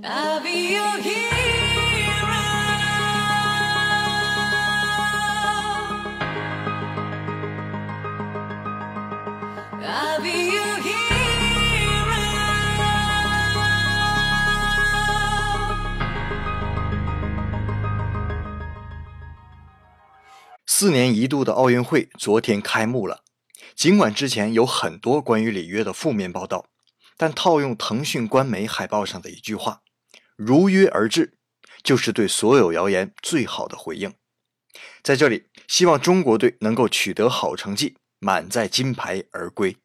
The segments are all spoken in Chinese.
I'll be your hero. I'll be your hero. 4年一度的奥运会昨天开幕了。尽管之前有很多关于里约的负面报道，但套用腾讯官媒海报上的一句话，如约而至，就是对所有谣言最好的回应。在这里，希望中国队能够取得好成绩，满载金牌而归。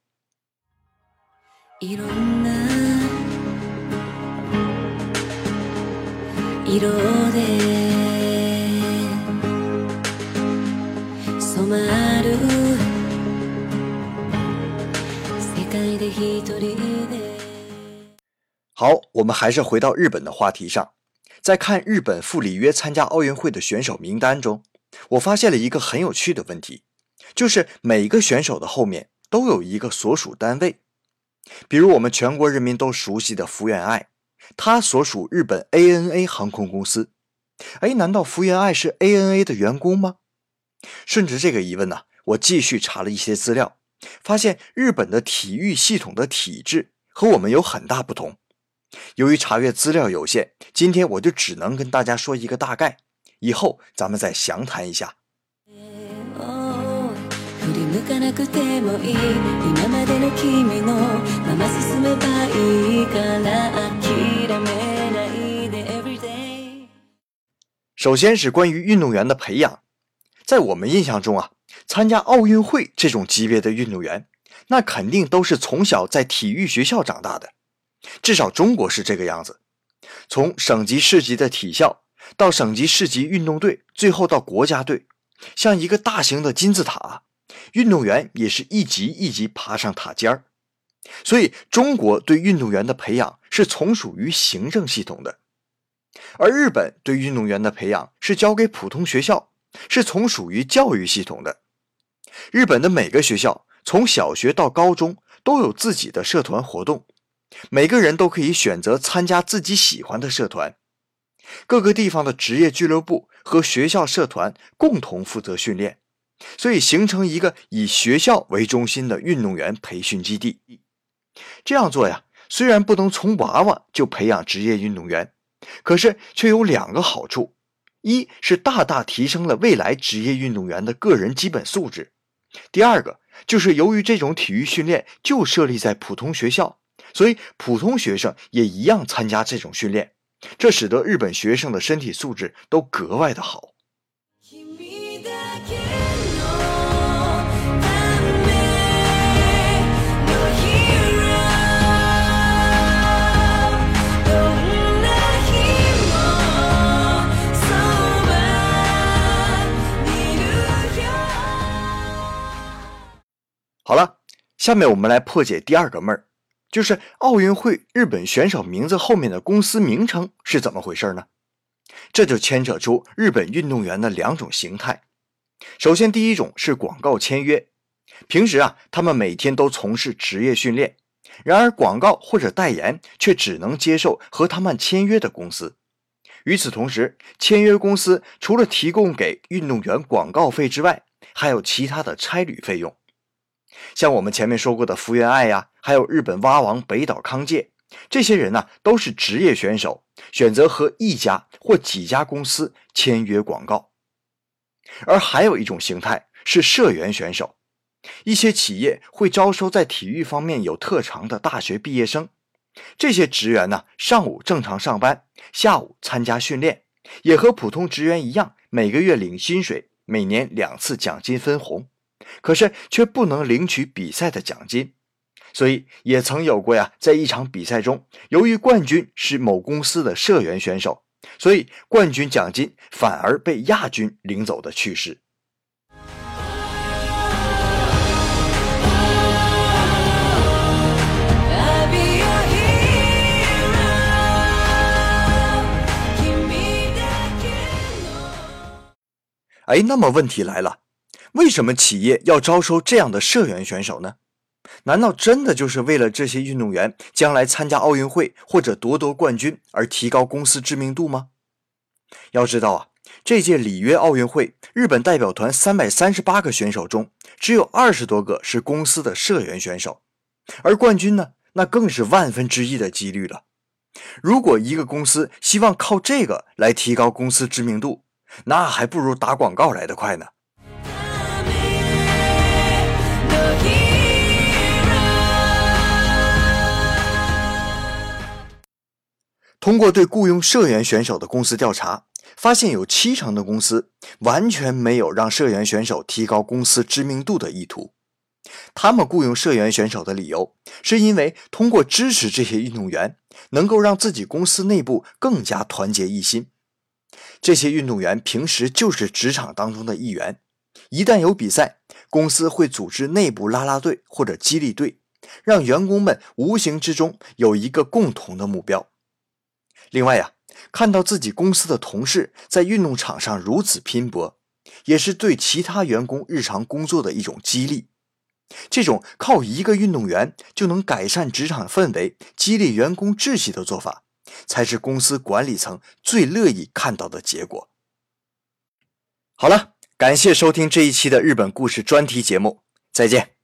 好，我们还是回到日本的话题上。在看日本赴里约参加奥运会的选手名单中，我发现了一个很有趣的问题，就是每个选手的后面都有一个所属单位。比如我们全国人民都熟悉的福原爱，他所属日本 ANA 航空公司。难道福原爱是 ANA 的员工吗？顺着这个疑问呢，我继续查了一些资料，发现日本的体育系统的体制和我们有很大不同。由于查阅资料有限，今天我就只能跟大家说一个大概，以后咱们再详谈一下。首先是关于运动员的培养。在我们印象中啊，参加奥运会这种级别的运动员，那肯定都是从小在体育学校长大的，至少中国是这个样子。从省级市级的体校到省级市级运动队，最后到国家队，像一个大型的金字塔，运动员也是一级一级爬上塔尖儿。所以中国对运动员的培养是从属于行政系统的，而日本对运动员的培养是交给普通学校，是从属于教育系统的。日本的每个学校从小学到高中都有自己的社团活动，每个人都可以选择参加自己喜欢的社团。各个地方的职业俱乐部和学校社团共同负责训练，所以形成一个以学校为中心的运动员培训基地。这样做呀，虽然不能从娃娃就培养职业运动员，可是却有2个好处。一是大大提升了未来职业运动员的个人基本素质。第二个就是由于这种体育训练就设立在普通学校，所以普通学生也一样参加这种训练，这使得日本学生的身体素质都格外的好。好了，下面我们来破解第2个闷儿，就是奥运会日本选手名字后面的公司名称是怎么回事呢？这就牵扯出日本运动员的2种形态。首先第一种是广告签约，平时他们每天都从事职业训练，然而广告或者代言却只能接受和他们签约的公司。与此同时，签约公司除了提供给运动员广告费之外，还有其他的差旅费用。像我们前面说过的福原爱还有日本蛙王北岛康介，这些人都是职业选手，选择和一家或几家公司签约广告。而还有一种形态是社员选手，一些企业会招收在体育方面有特长的大学毕业生，这些职员上午正常上班，下午参加训练，也和普通职员一样，每个月领薪水，每年2次奖金分红，可是却不能领取比赛的奖金。所以也曾有过在一场比赛中，由于冠军是某公司的社员选手，所以冠军奖金反而被亚军领走的趣事。那么问题来了，为什么企业要招收这样的社员选手呢？ 难道真的就是为了这些运动员将来参加奥运会或者夺冠军而提高公司知名度吗？要知道啊，这届里约奥运会，日本代表团338个选手中，只有20多个是公司的社员选手，而冠军呢，那更是1/1000的几率了。如果一个公司希望靠这个来提高公司知名度，那还不如打广告来得快呢。通过对雇佣社员选手的公司调查，发现有70%的公司完全没有让社员选手提高公司知名度的意图。他们雇佣社员选手的理由，是因为通过支持这些运动员，能够让自己公司内部更加团结一心。这些运动员平时就是职场当中的一员，一旦有比赛，公司会组织内部啦啦队或者激励队，让员工们无形之中有一个共同的目标。另外呀，看到自己公司的同事在运动场上如此拼搏，也是对其他员工日常工作的一种激励。这种靠一个运动员就能改善职场氛围、激励员工志气的做法，才是公司管理层最乐意看到的结果。好了，感谢收听这一期的日本故事专题节目，再见。